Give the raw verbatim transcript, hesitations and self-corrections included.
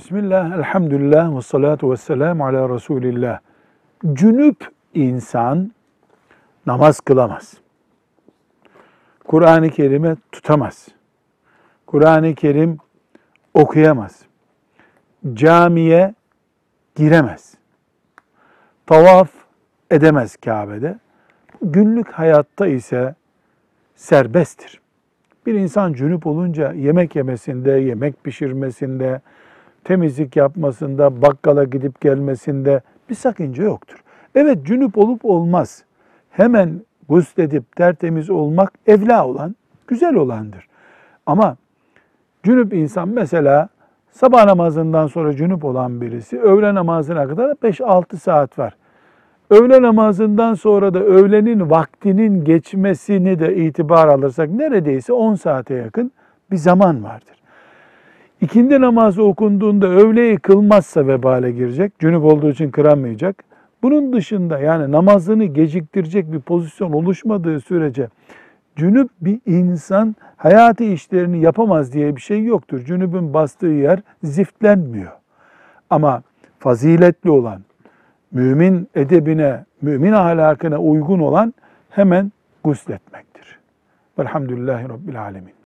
Bismillah, elhamdülillah ve salatu ve selamu ala Resulillah. Cünüp insan namaz kılamaz. Kur'an-ı Kerim'e tutamaz. Kur'an-ı Kerim okuyamaz. Camiye giremez. Tavaf edemez Kabe'de. Günlük hayatta ise serbesttir. Bir insan cünüp olunca yemek yemesinde, yemek pişirmesinde, temizlik yapmasında, bakkala gidip gelmesinde bir sakınca yoktur. Evet, cünüp olup olmaz. Hemen gusledip tertemiz olmak evla olan, güzel olandır. Ama cünüp insan mesela sabah namazından sonra cünüp olan birisi öğle namazına kadar beş altı saat var. Öğle namazından sonra da öğlenin vaktinin geçmesini de itibar alırsak neredeyse on saate yakın bir zaman vardır. İkindi namazı okunduğunda öğleyi kılmazsa vebale girecek. Cünüp olduğu için kıramayacak. Bunun dışında yani namazını geciktirecek bir pozisyon oluşmadığı sürece cünüp bir insan hayati işlerini yapamaz diye bir şey yoktur. Cünübün bastığı yer ziftlenmiyor. Ama faziletli olan, mümin edebine, mümin ahlakına uygun olan hemen gusletmektir. Velhamdülillahi Rabbil Alemin.